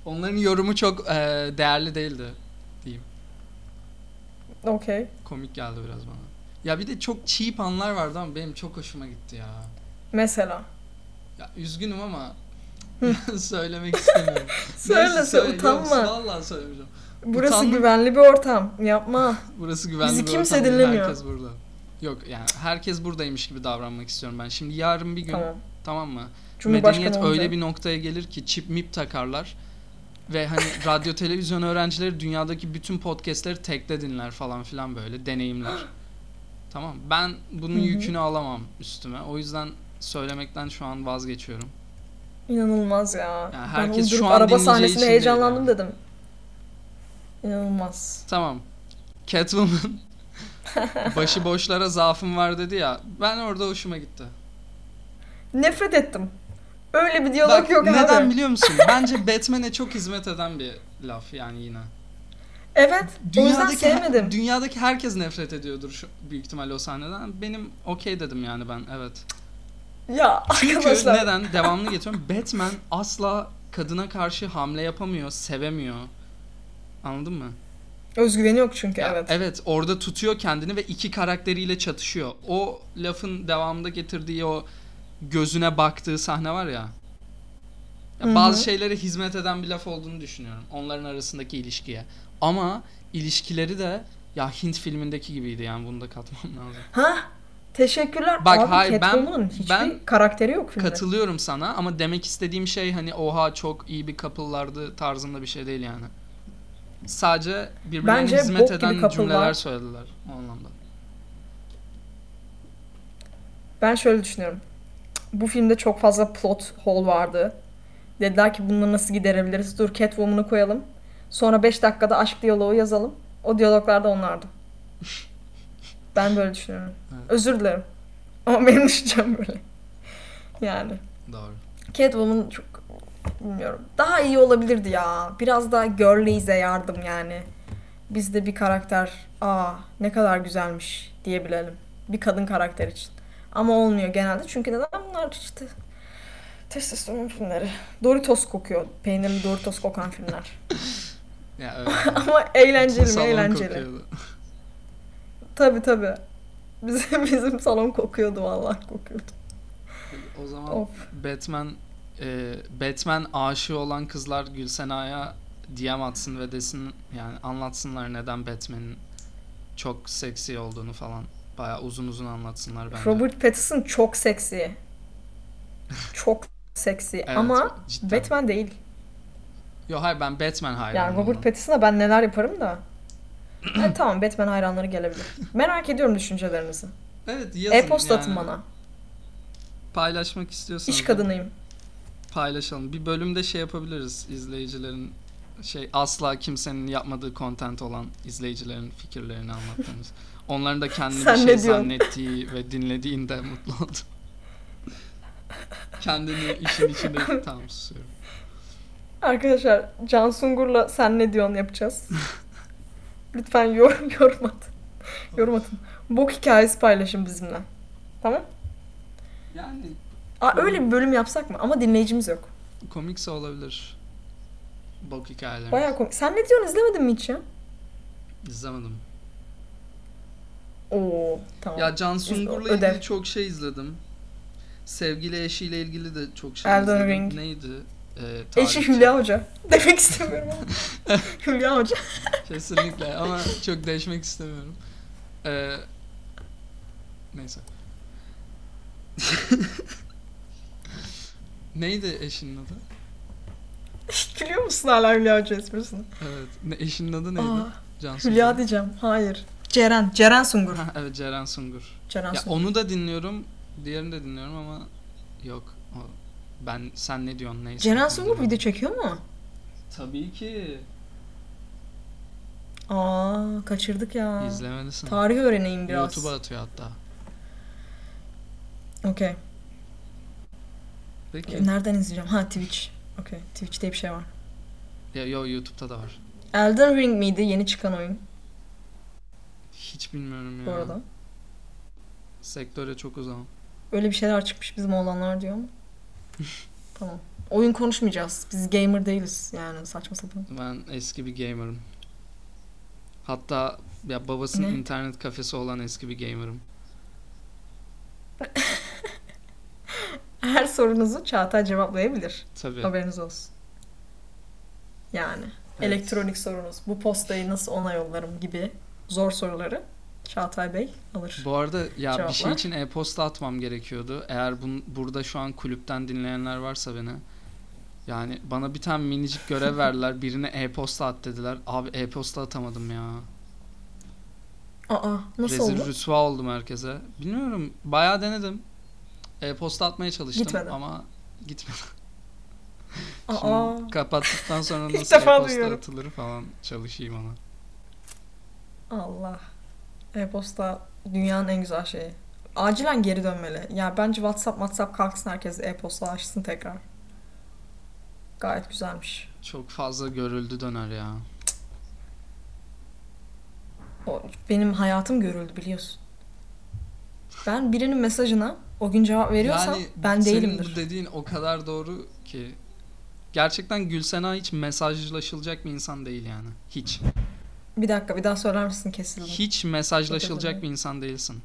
Onların yorumu çok değerli değildi diyeyim. Okey. Komik geldi biraz bana. Ya bir de çok cheap anlar vardı ama benim çok hoşuma gitti ya. Mesela. Ya üzgünüm ama söylemek istemiyorum. Söyle, Neyse, utanma. Yok, vallahi söylemeyeceğim. Burası Utanma. güvenli bir ortam. Yapma. Burası güvenli Bizi bir kimse ortam değil, dinlemiyor. herkes burada. Yok yani herkes buradaymış gibi davranmak istiyorum ben. Şimdi yarın bir gün tamam mı? Cumhurbaşkanı Medeniyet olunca. öyle bir noktaya gelir ki çip mip takarlar ve hani radyo televizyon öğrencileri dünyadaki bütün podcastleri tekte dinler falan filan böyle deneyimler. Tamam. Ben bunun yükünü alamam üstüme. O yüzden söylemekten şu an vazgeçiyorum. İnanılmaz ya. Yani Ben herkes uydurup şu an araba dinleyeceği sahnesinde için heyecanlandım değil dedim. İnanılmaz. Tamam. Catwoman başıboşlara zaafım var dedi ya. Ben orada hoşuma gitti. Nefret ettim. Öyle bir diyalog Bak yok abi. neden biliyor musun? Bence Batman'e çok hizmet eden bir laf yani yine. Evet. O yüzden sevmedim. Dünyadaki herkes nefret ediyordur büyük ihtimalle o sahneden. Benim okey dedim yani ben, evet. Ya Çünkü arkadaşlar. neden? Devamlı getiriyorum. Batman asla kadına karşı hamle yapamıyor, sevemiyor. Anladın mı? Özgüveni yok çünkü, Ya, evet. evet, orada tutuyor kendini ve iki karakteriyle çatışıyor. O lafın devamında getirdiği o gözüne baktığı sahne var ya. Bazı şeylere hizmet eden bir laf olduğunu düşünüyorum. Onların arasındaki ilişkiye. Ama ilişkileri de ya Hint filmindeki gibiydi yani, bunu da katmam lazım. Ha? Teşekkürler. Bak, Abi hayır, Catwoman'ın hiçbir ben karakteri yok filmde. katılıyorum sana ama demek istediğim şey hani oha çok iyi bir couple'lardı tarzında bir şey değil yani. Sadece birbirlerine Bence hizmet bok gibi eden couple'lar. cümleler söylediler o anlamda. Ben şöyle düşünüyorum. Bu filmde çok fazla plot hole vardı. Dediler ki bunları nasıl giderebiliriz? Dur Catwoman'ı koyalım. Sonra 5 dakikada aşk diyaloğu yazalım. O diyaloglar da onlardı. Ben böyle düşünüyorum. Evet. Özür dilerim. Ama benim düşüncem böyle. Yani. Doğru. Catwoman çok bilmiyorum. Daha iyi olabilirdi ya. Biraz daha girly'ze yardım yani. Biz de bir karakter, ne kadar güzelmiş diyebilelim. Bir kadın karakter için. Ama olmuyor genelde. Çünkü neden? Bunlar işte testosteron filmleri. Doritos kokuyor. Peynirli Doritos kokan filmler. Ya öyle. Ama eğlenceli mi? Salon Eğlenceli. kokuyordu. Tabii. Bizim salon kokuyordu, vallahi kokuyordu. O zaman Of. Batman aşığı olan kızlar Gülsena'ya DM atsın ve desin yani, anlatsınlar neden Batman'in çok seksi olduğunu falan. Bayağı uzun uzun anlatsınlar bence. Robert Pattinson çok seksi. Çok seksi Evet, ama cidden. Batman değil. Yo hayır, ben Batman hayranım. Yani Robert Pattinson'a ben neler yaparım da. Evet, tamam, Batman hayranları gelebilir. Merak ediyorum düşüncelerinizi. Evet, yazın E-posta yani. atın bana. Paylaşmak istiyorsanız İş kadınıyım. paylaşalım. Bir bölümde şey yapabiliriz, izleyicilerin asla kimsenin yapmadığı content olan izleyicilerin fikirlerini anlattığımız. Onların da kendini Sen bir ne şey diyorsun? zannettiği ve dinlediğinde mutlu oldum. Kendini işin içinde tamam, susuyorum. Arkadaşlar, Can Sungur'la sen ne diyorsun yapacağız. Lütfen yorum atın. Yorum atın. Bok hikayesi paylaşın bizimle. Tamam? Yani Öyle bir bölüm yapsak mı? Ama dinleyicimiz yok. komikse olabilir. Bok hikayelerimiz. Bayağı komik. Sen ne diyorsun, izlemedin mi hiç ya? İzlemedim. Oo, tamam. Ya Can Sungur'la Ödev. ilgili çok şey izledim. Sevgili eşiyle ilgili de çok şey Elden izledim. Ring. Neydi? Eşi Tarihçi. Hülya Hoca. Demek istemiyorum ama. Hülya Hoca. Kesinlikle ama çok değişmek istemiyorum. Neyse. Neydi eşinin adı? Biliyor musun hala Hülya Hoca esprisini? Evet. Eşinin adı neydi? Can Sungur. Hülya diyeceğim. Hayır. Ceren Sungur. Ha, evet, Ceren Sungur. Ceren Ya Sungur. onu da dinliyorum, diğerini de dinliyorum ama yok. Sen ne diyorsun, neyse. Ceren Sungur video çekiyor mu? Tabii ki. Kaçırdık ya. İzlemelisin. Tarih öğreneyim biraz. YouTube'a atıyor hatta. Okey. Peki. Nereden izleyeceğim? Twitch. Okey. Twitch diye bir şey var. Yo, YouTube'da da var. Elden Ring miydi yeni çıkan oyun Hiç bilmiyorum ya. bu arada? Sektöre çok uzağım. Öyle bir şeyler çıkmış bizim oğlanlar diyor mu? Tamam. Oyun konuşmayacağız. Biz gamer değiliz yani, saçma sapan. Ben eski bir gamer'ım. Hatta ya babasının Ne? internet kafesi olan eski bir gamer'ım. Her sorunuzu Çağatay cevaplayabilir. Tabii. Haberiniz olsun. Yani Evet. elektronik sorunuz, bu postayı nasıl ona yollarım gibi zor soruları Çağatay Bey alır. Bu arada ya bir şey Cevaplar. için e-posta atmam gerekiyordu. Eğer burada şu an kulüpten dinleyenler varsa beni, yani bana bir tane minicik görev verdiler. Birine e-posta at dediler. Abi e-posta atamadım ya. Aa, nasıl Rezil oldu? rüsva oldum herkese. Bilmiyorum. Bayağı denedim. E-posta atmaya çalıştım Gitmedi. ama gitmedi. Aa, Şimdi kapattıktan sonra İlk nasıl defa e-posta duyuyorum. atılır falan çalışayım ona. Allah. E-posta dünyanın en güzel şeyi. Acilen geri dönmeli. Ya bence WhatsApp kalksın, herkes e-posta açsın tekrar. Gayet güzelmiş. Çok fazla görüldü döner ya. Benim hayatım görüldü, biliyorsun. Ben birinin mesajına o gün cevap veriyorsam Yani ben senin bu değilimdir. dediğin o kadar doğru ki. Gerçekten Gülsena hiç mesajlaşılacak bir insan değil yani. Hiç. Bir dakika, bir daha söyler misin, kesildi. Hiç Çok mesajlaşılacak özür bir insan değilsin.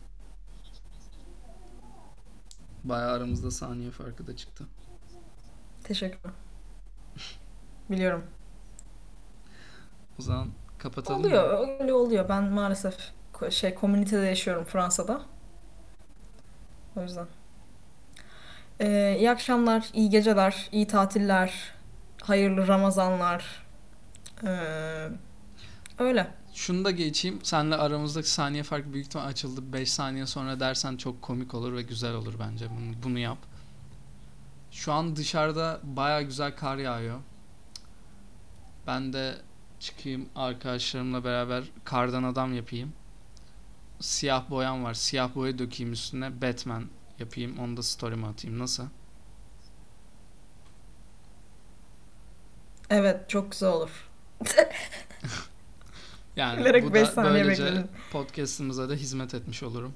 Bayağı aramızda saniye farkı da çıktı. Teşekkür. Biliyorum. O zaman kapatalım mı? Oluyor, öyle oluyor. Ben maalesef komünitede yaşıyorum, Fransa'da. O yüzden. İyi akşamlar, iyi geceler, iyi tatiller, hayırlı Ramazanlar. Öyle. Şunu da geçeyim. Seninle aramızdaki saniye farkı büyük ihtimal açıldı. 5 saniye sonra dersen çok komik olur ve güzel olur bence. Bunu yap. Şu an dışarıda baya güzel kar yağıyor. Ben de çıkayım arkadaşlarımla beraber kardan adam yapayım. Siyah boyam var. Siyah boya dökeyim üstüne. Batman yapayım. Onu da story'me atayım. Nasıl? Evet, çok güzel olur. Yani Bilerek bu 5 da saniye böylece bekledim. podcast'ımıza da hizmet etmiş olurum.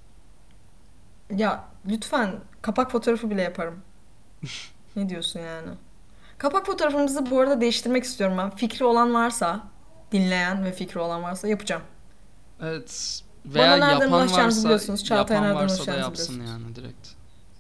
Ya lütfen kapak fotoğrafı bile yaparım. Ne diyorsun yani? Kapak fotoğrafımızı bu arada değiştirmek istiyorum ben. Fikri olan varsa, dinleyen ve fikri olan varsa yapacağım. Evet. Bana Veya nereden yapan ulaşacağınızı varsa, biliyorsunuz. Çağatay'a yapan nereden varsa da ulaşacağınızı yapsın biliyorsunuz. yani direkt.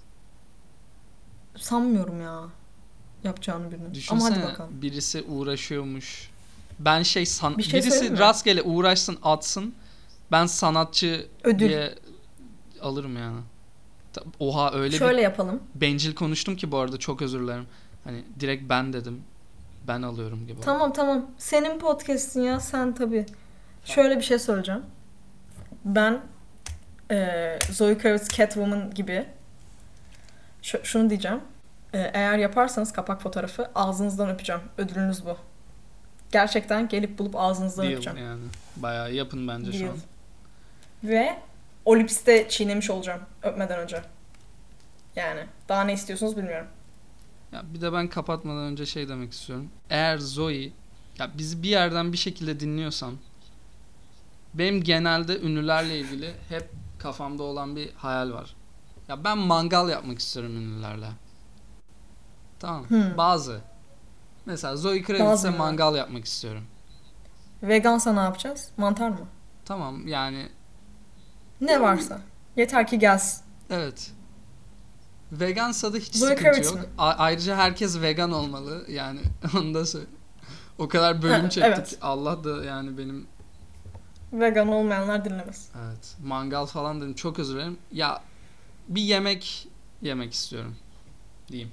Sanmıyorum ya yapacağını birinin. Ama hadi Düşünsene bakalım. birisi uğraşıyormuş. Ben Bir şey söyleyeyim birisi mi? rastgele uğraşsın atsın. Ben sanatçı Ödül. diye alırım yani. Oha öyle bir Şöyle yapalım. bencil konuştum ki bu arada, çok özür dilerim. Hani direkt ben dedim. Ben alıyorum gibi oldu. Tamam. Senin podcast'in ya, sen tabii. Şöyle bir şey söyleyeceğim. Ben Zoe Kravitz Catwoman gibi şunu diyeceğim. Eğer yaparsanız kapak fotoğrafı, ağzınızdan öpeceğim. Ödülünüz bu. Gerçekten gelip bulup ağzınızdan Deal öpeceğim. yani. Bayağı yapın bence şu Deal. an. Ve o lipsi de çiğnemiş olacağım öpmeden önce. Yani daha ne istiyorsunuz bilmiyorum. Ya bir de ben kapatmadan önce şey demek istiyorum. Eğer Zoe ya bizi bir yerden bir şekilde dinliyorsan, benim genelde ünlülerle ilgili hep kafamda olan bir hayal var. Ya ben mangal yapmak istiyorum ünlülerle. Tamam. Bazı. Mesela Zoe Kravitz'e Bazı mı? mangal yapmak istiyorum. Vegansa ne yapacağız? Mantar mı? Tamam yani Ne varsa. Yeter ki gelsin. evet. Vegansa da hiç Zoe sıkıntı Kravitz yok. mi? Ayrıca herkes vegan olmalı. Yani onu da söyle. O kadar bölüm Ha, çektik. evet. Allah da yani benim Vegan olmayanlar dinlemez. evet mangal falan dedim. Çok özür dilerim. Ya bir yemek yemek istiyorum diyeyim.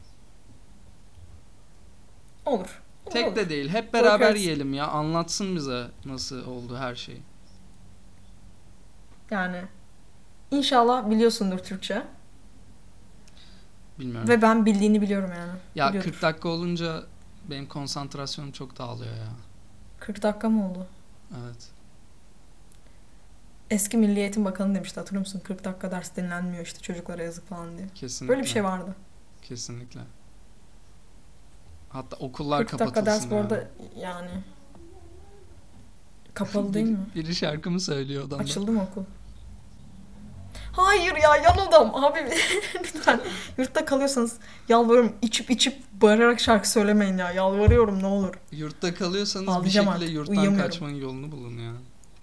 Olur. Tek Olur. de değil. Hep Zoe beraber Kravitz. yiyelim ya. Anlatsın bize nasıl oldu her şey. Yani inşallah biliyorsundur Türkçe. Bilmiyorum. Ve ben bildiğini biliyorum yani. Ya Biliyordur. 40 dakika olunca benim konsantrasyonum çok dağılıyor ya. 40 dakika mı oldu? Evet. Eski Milli Eğitim Bakanı demişti, hatırlıyor musun? 40 dakika ders dinlenmiyor işte, çocuklara yazık falan diye. Kesinlikle. Böyle bir şey vardı. Kesinlikle. Hatta okullar 40 dakika kapatılsın ders bu ya. arada yani. Kapalı değil mi? Biri şarkımı söylüyor odamda. Açıldı mı okul? Hayır ya, yan odam. Abi lütfen yurtta kalıyorsanız yalvarıyorum, içip içip bağırarak şarkı söylemeyin ya. Yalvarıyorum, ne olur. Yurtta kalıyorsanız bir Ağlayacağım şekilde artık, yurttan uyuyamıyorum. kaçmanın yolunu bulun ya.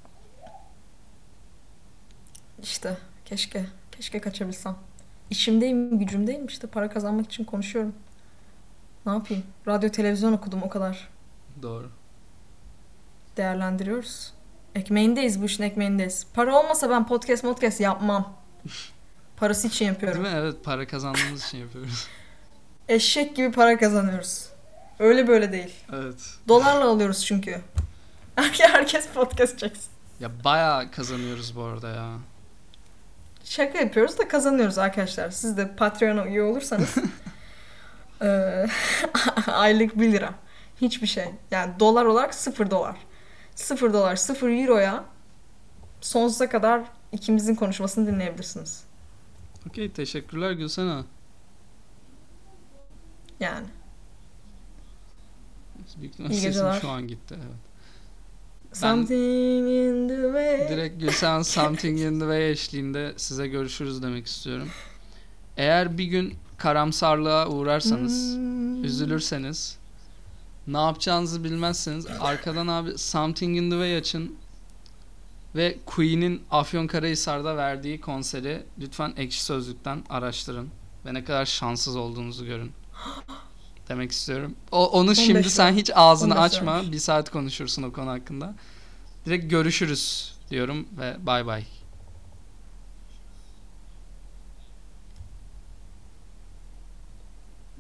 İşte keşke kaçabilsem. İşimdeyim, gücümdeyim, işte para kazanmak için konuşuyorum. Ne yapayım? Radyo, televizyon okudum, o kadar. Doğru. Değerlendiriyoruz. Ekmeğindeyiz, bu işin ekmeğindeyiz. Para olmasa ben podcast yapmam. Parası için Değil yapıyorum. mi? Evet, para kazandığımız için yapıyoruz. Eşek gibi para kazanıyoruz. Öyle böyle değil. Evet. Dolarla alıyoruz çünkü. Herkes podcast çeksin. Ya bayağı kazanıyoruz bu arada ya. Şaka yapıyoruz da kazanıyoruz arkadaşlar. Siz de Patreon'a üye olursanız eee, aylık 1 lira. Hiçbir şey. Yani dolar olarak 0 dolar. 0 dolar, 0 euroya sonsuza kadar ikimizin konuşmasını dinleyebilirsiniz. Okey, teşekkürler Gülsena. Yani. Büyük ihtimal İyi sesim geceler. şu an gitti. Evet. Something in the way. Direkt Gülsen Something in the Way eşliğinde size görüşürüz demek istiyorum. Eğer bir gün karamsarlığa uğrarsanız, üzülürseniz, ne yapacağınızı bilmezseniz arkadan abi Something in the Way açın ve Queen'in Afyonkarahisar'da verdiği konseri lütfen Ekşi Sözlük'ten araştırın ve ne kadar şanssız olduğunuzu görün demek istiyorum. Onu şimdi 15 sen var. hiç ağzını 15 açma. varmış. Bir saat konuşursun o konu hakkında. Direkt görüşürüz diyorum ve bay bay.